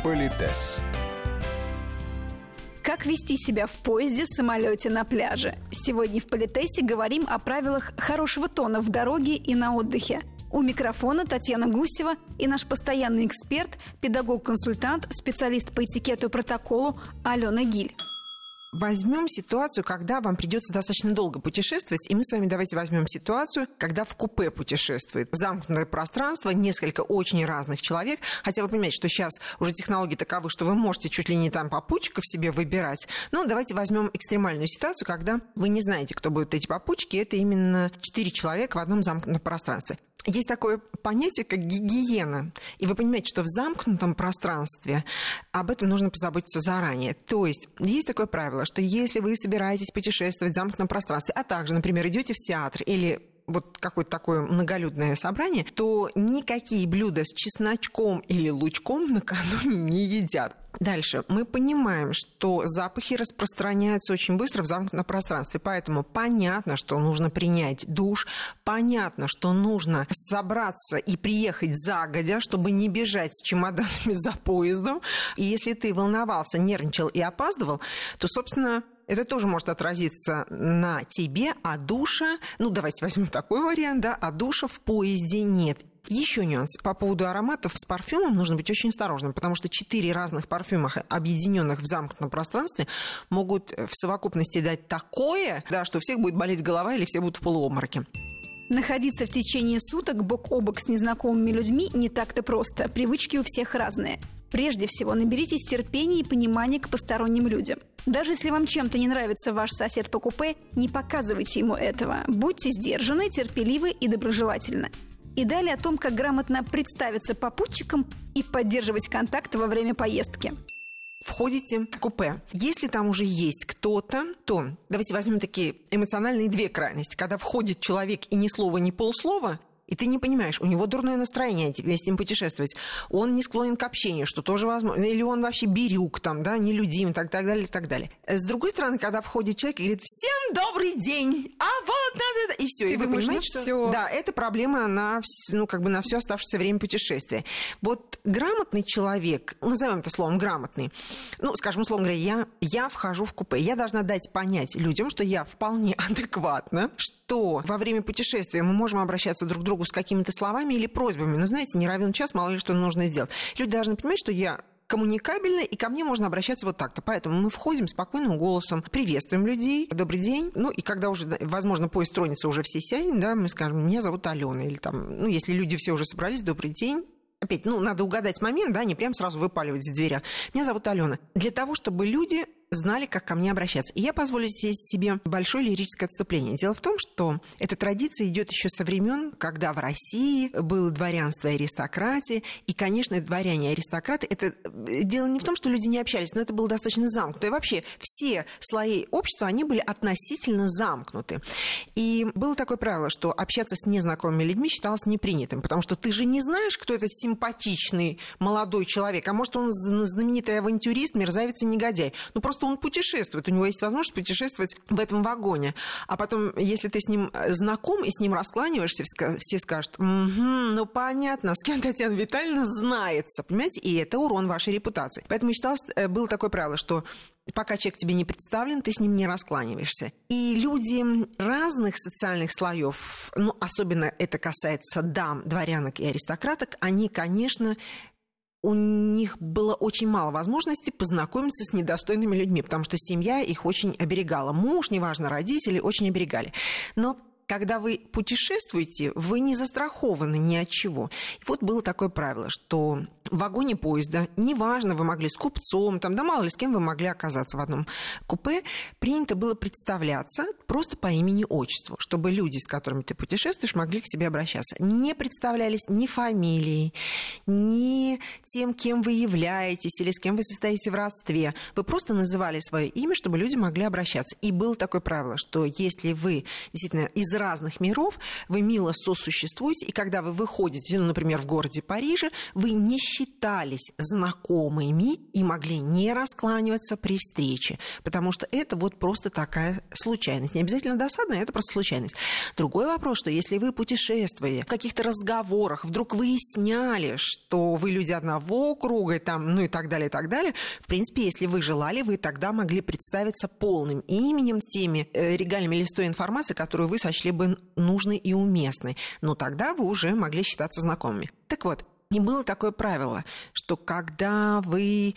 Политес. Как вести себя в поезде, самолете, на пляже? Сегодня в Политесе говорим о правилах хорошего тона в дороге и на отдыхе. У микрофона Татьяна Гусева и наш постоянный эксперт, педагог-консультант, специалист по этикету и протоколу Алена Гиль. Возьмем ситуацию, когда вам придется достаточно долго путешествовать, и мы с вами давайте возьмем ситуацию, когда в купе путешествует замкнутое пространство, несколько очень разных человек, хотя вы понимаете, что сейчас уже технологии таковы, что вы можете чуть ли не там попутчиков себе выбирать, но давайте возьмем экстремальную ситуацию, когда вы не знаете, кто будут эти попутчики, это именно 4 человека в одном замкнутом пространстве. Есть такое понятие, как гигиена. И вы понимаете, что в замкнутом пространстве об этом нужно позаботиться заранее. То есть такое правило, что если вы собираетесь путешествовать в замкнутом пространстве, а также, например, идете в театр или вот какое-то такое многолюдное собрание, то никакие блюда с чесночком или лучком накануне не едят. Дальше. Мы понимаем, что запахи распространяются очень быстро в замкнутом пространстве, поэтому понятно, что нужно принять душ, понятно, что нужно собраться и приехать загодя, чтобы не бежать с чемоданами за поездом. И если ты волновался, нервничал и опаздывал, то, собственно, это тоже может отразиться на тебе, а душа, давайте возьмем такой вариант, а душа в поезде нет. Еще нюанс. По поводу ароматов с парфюмом нужно быть очень осторожным, потому что 4 разных парфюма, объединенных в замкнутом пространстве, могут в совокупности дать такое, что у всех будет болеть голова или все будут в полуобмороке. Находиться в течение суток бок о бок с незнакомыми людьми не так-то просто. Привычки у всех разные. Прежде всего, наберитесь терпения и понимания к посторонним людям. Даже если вам чем-то не нравится ваш сосед по купе, не показывайте ему этого. Будьте сдержанны, терпеливы и доброжелательны. И далее о том, как грамотно представиться попутчикам и поддерживать контакты во время поездки. Входите в купе. Если там уже есть кто-то, то давайте возьмем такие эмоциональные 2 крайности. Когда входит человек и ни слова, ни полслова, и ты не понимаешь, у него дурное настроение, тебе с ним путешествовать, он не склонен к общению, что тоже возможно, или он вообще бирюк, нелюдим, и так далее, и так далее. С другой стороны, когда входит человек и говорит: «Всем добрый день!» и все, и вы понимаете, что всё. Да, это проблема на все оставшееся время путешествия. Вот грамотный человек, назовем это словом грамотный, скажем, условно говоря, я вхожу в купе, я должна дать понять людям, что я вполне адекватна, что во время путешествия мы можем обращаться друг к другу с какими-то словами или просьбами. Знаете, не равен час, мало ли что нужно сделать. Люди должны понимать, что я коммуникабельна, и ко мне можно обращаться вот так-то. Поэтому мы входим спокойным голосом, приветствуем людей, добрый день. И когда уже, возможно, поезд тронется уже все сядем, мы скажем: меня зовут Алена. Или если люди все уже собрались, добрый день. Опять, надо угадать момент, не прям сразу выпаливать в дверях. Меня зовут Алена. Для того, чтобы люди знали, как ко мне обращаться. И я позволю себе большое лирическое отступление. Дело в том, что эта традиция идет еще со времен, когда в России было дворянство и аристократия. И, конечно, дворяне и аристократы, это дело не в том, что люди не общались, но это было достаточно замкнуто. И вообще все слои общества, они были относительно замкнуты. И было такое правило, что общаться с незнакомыми людьми считалось непринятым, потому что ты же не знаешь, кто этот симпатичный молодой человек. А может, он знаменитый авантюрист, мерзавец и негодяй. Просто он путешествует, у него есть возможность путешествовать в этом вагоне. А потом, если ты с ним знаком и с ним раскланиваешься, все скажут: понятно, с кем Татьяна Витальевна знается, понимаете? И это урон вашей репутации. Поэтому считалось, было такое правило, что пока человек тебе не представлен, ты с ним не раскланиваешься. И люди разных социальных слоев, особенно это касается дам, дворянок и аристократок, они, конечно, у них было очень мало возможностей познакомиться с недостойными людьми, потому что семья их очень оберегала. Муж, неважно, родители, очень оберегали. Но когда вы путешествуете, вы не застрахованы ни от чего. И вот было такое правило, что в вагоне поезда, неважно, вы могли с купцом, мало ли с кем вы могли оказаться в одном купе, принято было представляться просто по имени-отчеству, чтобы люди, с которыми ты путешествуешь, могли к тебе обращаться. Не представлялись ни фамилией, ни тем, кем вы являетесь или с кем вы состоите в родстве. Вы просто называли свое имя, чтобы люди могли обращаться. И было такое правило, что если вы действительно из разных миров, вы мило сосуществуете, и когда вы выходите, например, в городе Париже, вы не считались знакомыми и могли не раскланиваться при встрече, потому что это вот просто такая случайность. Не обязательно досадная, это просто случайность. Другой вопрос, что если вы путешествуете, в каких-то разговорах вдруг выясняли, что вы люди одного круга, там, ну и так далее, в принципе, если вы желали, вы тогда могли представиться полным именем, с теми регалиями или с той информацией, которую вы сочли бы нужной и уместной. Но тогда вы уже могли считаться знакомыми. Так вот, не было такое правило, что когда вы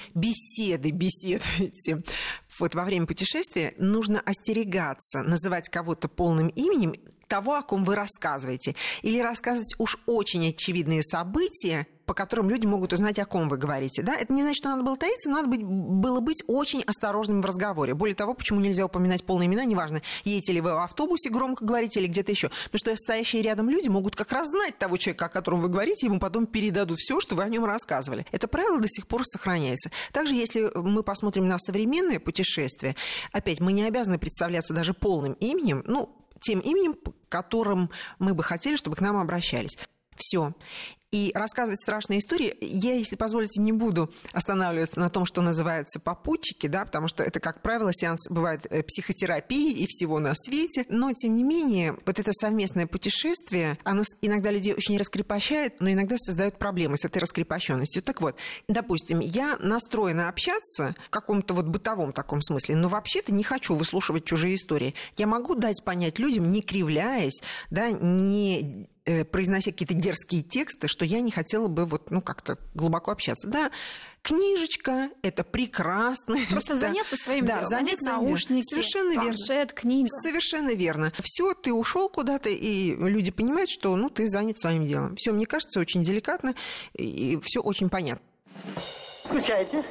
беседуете вот во время путешествия, нужно остерегаться называть кого-то полным именем того, о ком вы рассказываете, или рассказывать уж очень очевидные события, по которым люди могут узнать, о ком вы говорите. Да? Это не значит, что надо было таиться, но надо было быть очень осторожным в разговоре. Более того, почему нельзя упоминать полные имена, неважно, едете ли вы в автобусе, громко говорите, или где-то еще. Потому что стоящие рядом люди могут как раз знать того человека, о котором вы говорите, ему потом передадут все, что вы о нем рассказывали. Это правило до сих пор сохраняется. Также, если мы посмотрим на современное путешествие, опять, мы не обязаны представляться даже полным именем, тем именем, которым мы бы хотели, чтобы к нам обращались. Все. И рассказывать страшные истории, я, если позволите, не буду останавливаться на том, что называется попутчики, да, потому что это, как правило, сеанс бывает психотерапии и всего на свете. Но, тем не менее, вот это совместное путешествие, оно иногда людей очень раскрепощает, но иногда создает проблемы с этой раскрепощенностью. Так вот, допустим, я настроена общаться в каком-то вот бытовом таком смысле, но вообще-то не хочу выслушивать чужие истории. Я могу дать понять людям, не кривляясь, да, не произнося какие-то дерзкие тексты, что я не хотела бы как-то глубоко общаться. Да, книжечка – это прекрасно. Просто заняться своим делом. Занять наушники, совершенно планшет, верно. книга. Совершенно верно. Все, ты ушел куда-то, и люди понимают, что ты занят своим делом. Все, мне кажется, очень деликатно, и все очень понятно. Скучаете?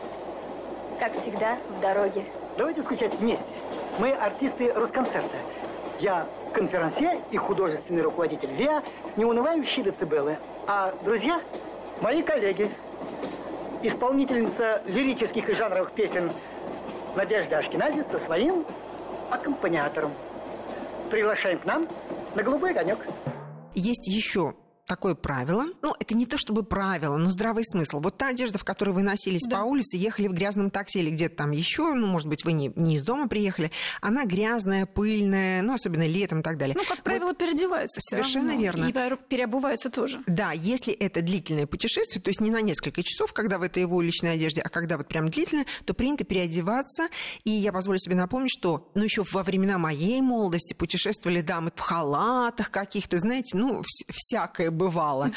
Как всегда, в дороге. Давайте скучать вместе. Мы артисты Росконцерта. Я конферансье и художественный руководитель ВИА, неунывающие децибелы. А друзья – мои коллеги. Исполнительница лирических и жанровых песен Надежда Ашкенази со своим аккомпаниатором. Приглашаем к нам на «Голубой огонек». Есть еще такое правило. Это не то чтобы правило, но здравый смысл. Вот та одежда, в которой вы носились по улице, ехали в грязном такси или где-то там еще, может быть, вы не из дома приехали, она грязная, пыльная, особенно летом и так далее. Как правило, переодеваются. Совершенно верно. И переобуваются тоже. Да, если это длительное путешествие, то есть не на несколько часов, когда в этой его уличной одежде, а когда вот прям длительное, то принято переодеваться. И я позволю себе напомнить, что еще во времена моей молодости путешествовали дамы в халатах каких-то, знаете, всякое бывало.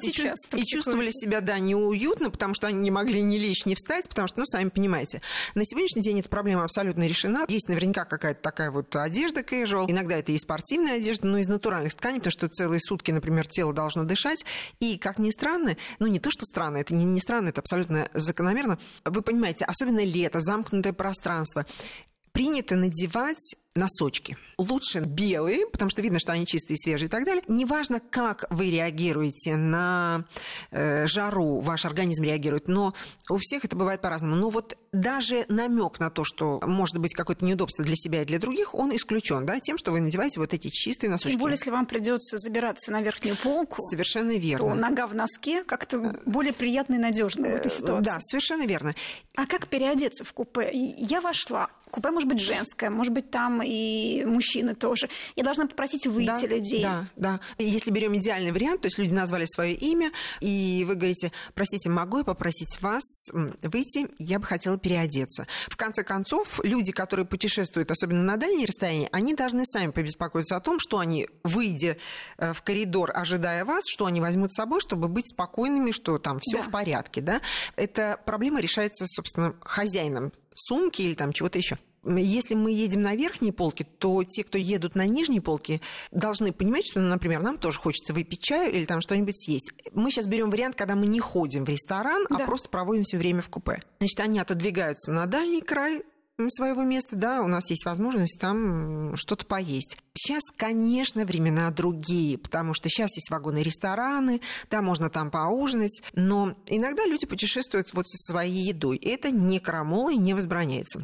И чувствовали себя, неуютно, потому что они не могли ни лечь, ни встать, потому что, сами понимаете. На сегодняшний день эта проблема абсолютно решена. Есть наверняка какая-то такая вот одежда casual. Иногда это и спортивная одежда, но из натуральных тканей, потому что целые сутки, например, тело должно дышать. И, как ни странно, не то, что странно, это не странно, это абсолютно закономерно. Вы понимаете, особенно лето, замкнутое пространство, принято надевать носочки. Лучше белые, потому что видно, что они чистые, свежие и так далее. Неважно, как вы реагируете на жару, ваш организм реагирует, но у всех это бывает по-разному. Но вот даже намек на то, что может быть какое-то неудобство для себя и для других, он исключен, тем, что вы надеваете вот эти чистые носочки. Тем более, если вам придется забираться на верхнюю полку, совершенно верно, то нога в носке как-то более приятно и надежно в этой ситуации. Да, совершенно верно. А как переодеться в купе? Я вошла. Купе может быть женское, может быть, там и мужчины тоже. Я должна попросить выйти людей. Да. Если берем идеальный вариант, то есть люди назвали свое имя, и вы говорите: простите, могу я попросить вас выйти? Я бы хотела переодеться. В конце концов, люди, которые путешествуют, особенно на дальние расстояния, они должны сами побеспокоиться о том, что они, выйдя в коридор, ожидая вас, что они возьмут с собой, чтобы быть спокойными, что там все в порядке. Да? Эта проблема решается, собственно, хозяином сумки или там чего-то еще. Если мы едем на верхние полки, то те, кто едут на нижние полки, должны понимать, что, например, нам тоже хочется выпить чаю или там что-нибудь съесть. Мы сейчас берем вариант, когда мы не ходим в ресторан, а просто проводим все время в купе. Значит, они отодвигаются на дальний край своего места, у нас есть возможность там что-то поесть. Сейчас, конечно, времена другие, потому что сейчас есть вагоны-рестораны, можно там поужинать, но иногда люди путешествуют вот со своей едой, и это не крамола и не возбраняется.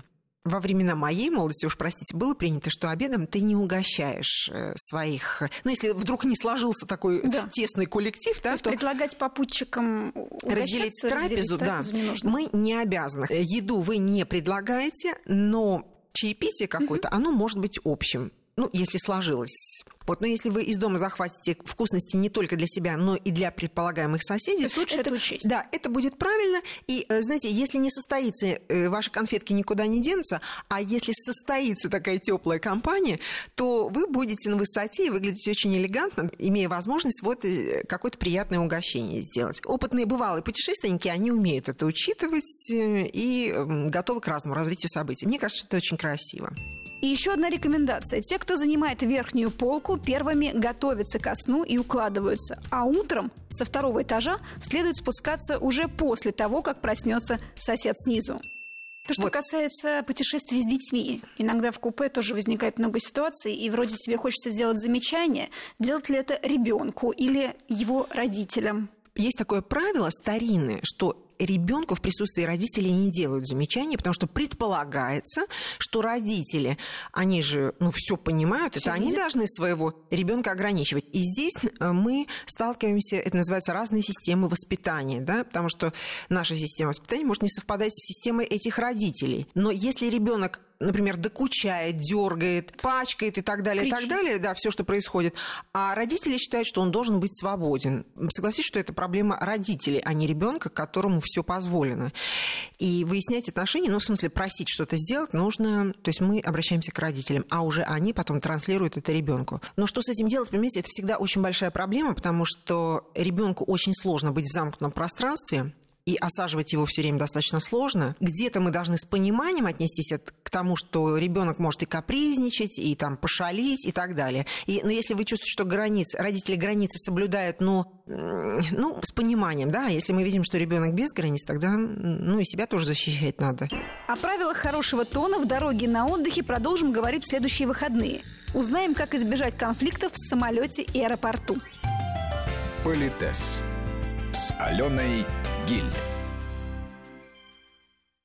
во времена моей молодости, уж простите, было принято, что обедом ты не угощаешь своих... Ну, если вдруг не сложился такой тесный коллектив, да, то предлагать попутчикам разделить трапезу, не нужно. Мы не обязаны. Еду вы не предлагаете, но чаепитие какое-то, оно может быть общим. Ну, если сложилось. Вот, но если вы из дома захватите вкусности не только для себя, но и для предполагаемых соседей... То есть лучше это учесть. Да, это будет правильно. И, знаете, если не состоится, ваши конфетки никуда не денутся, а если состоится такая теплая компания, то вы будете на высоте и выглядите очень элегантно, имея возможность вот какое-то приятное угощение сделать. Опытные бывалые путешественники, они умеют это учитывать и готовы к разному развитию событий. Мне кажется, это очень красиво. И еще одна рекомендация. Те, кто занимает верхнюю полку, первыми готовятся ко сну и укладываются. А утром со второго этажа следует спускаться уже после того, как проснется сосед снизу. То, что касается путешествий с детьми. Иногда в купе тоже возникает много ситуаций, и вроде себе хочется сделать замечание, делать ли это ребенку или его родителям. Есть такое правило старинное, что ребенку в присутствии родителей не делают замечаний, потому что предполагается, что родители, они же все понимают, это они должны своего ребенка ограничивать. И здесь мы сталкиваемся, это называется разные системы воспитания, да, потому что наша система воспитания может не совпадать с системой этих родителей. Но если ребенок, например, докучает, дергает, пачкает и так далее, да, все, что происходит, а родители считают, что он должен быть свободен. Согласись, что это проблема родителей, а не ребенка, которому все позволено. И выяснять отношения, в смысле просить что-то сделать нужно, то есть мы обращаемся к родителям, а уже они потом транслируют это ребенку. Но что с этим делать, понимаете, это всегда очень большая проблема, потому что ребенку очень сложно быть в замкнутом пространстве, и осаживать его все время достаточно сложно. Где-то мы должны с пониманием отнестись к тому, что ребенок может и капризничать, и там пошалить, и так далее. Но если вы чувствуете, что родители границы соблюдают, с пониманием, да, если мы видим, что ребенок без границ, тогда, и себя тоже защищать надо. О правилах хорошего тона в дороге на отдыхе продолжим говорить в следующие выходные. Узнаем, как избежать конфликтов в самолете и аэропорту. Политес с Аленой Гиль.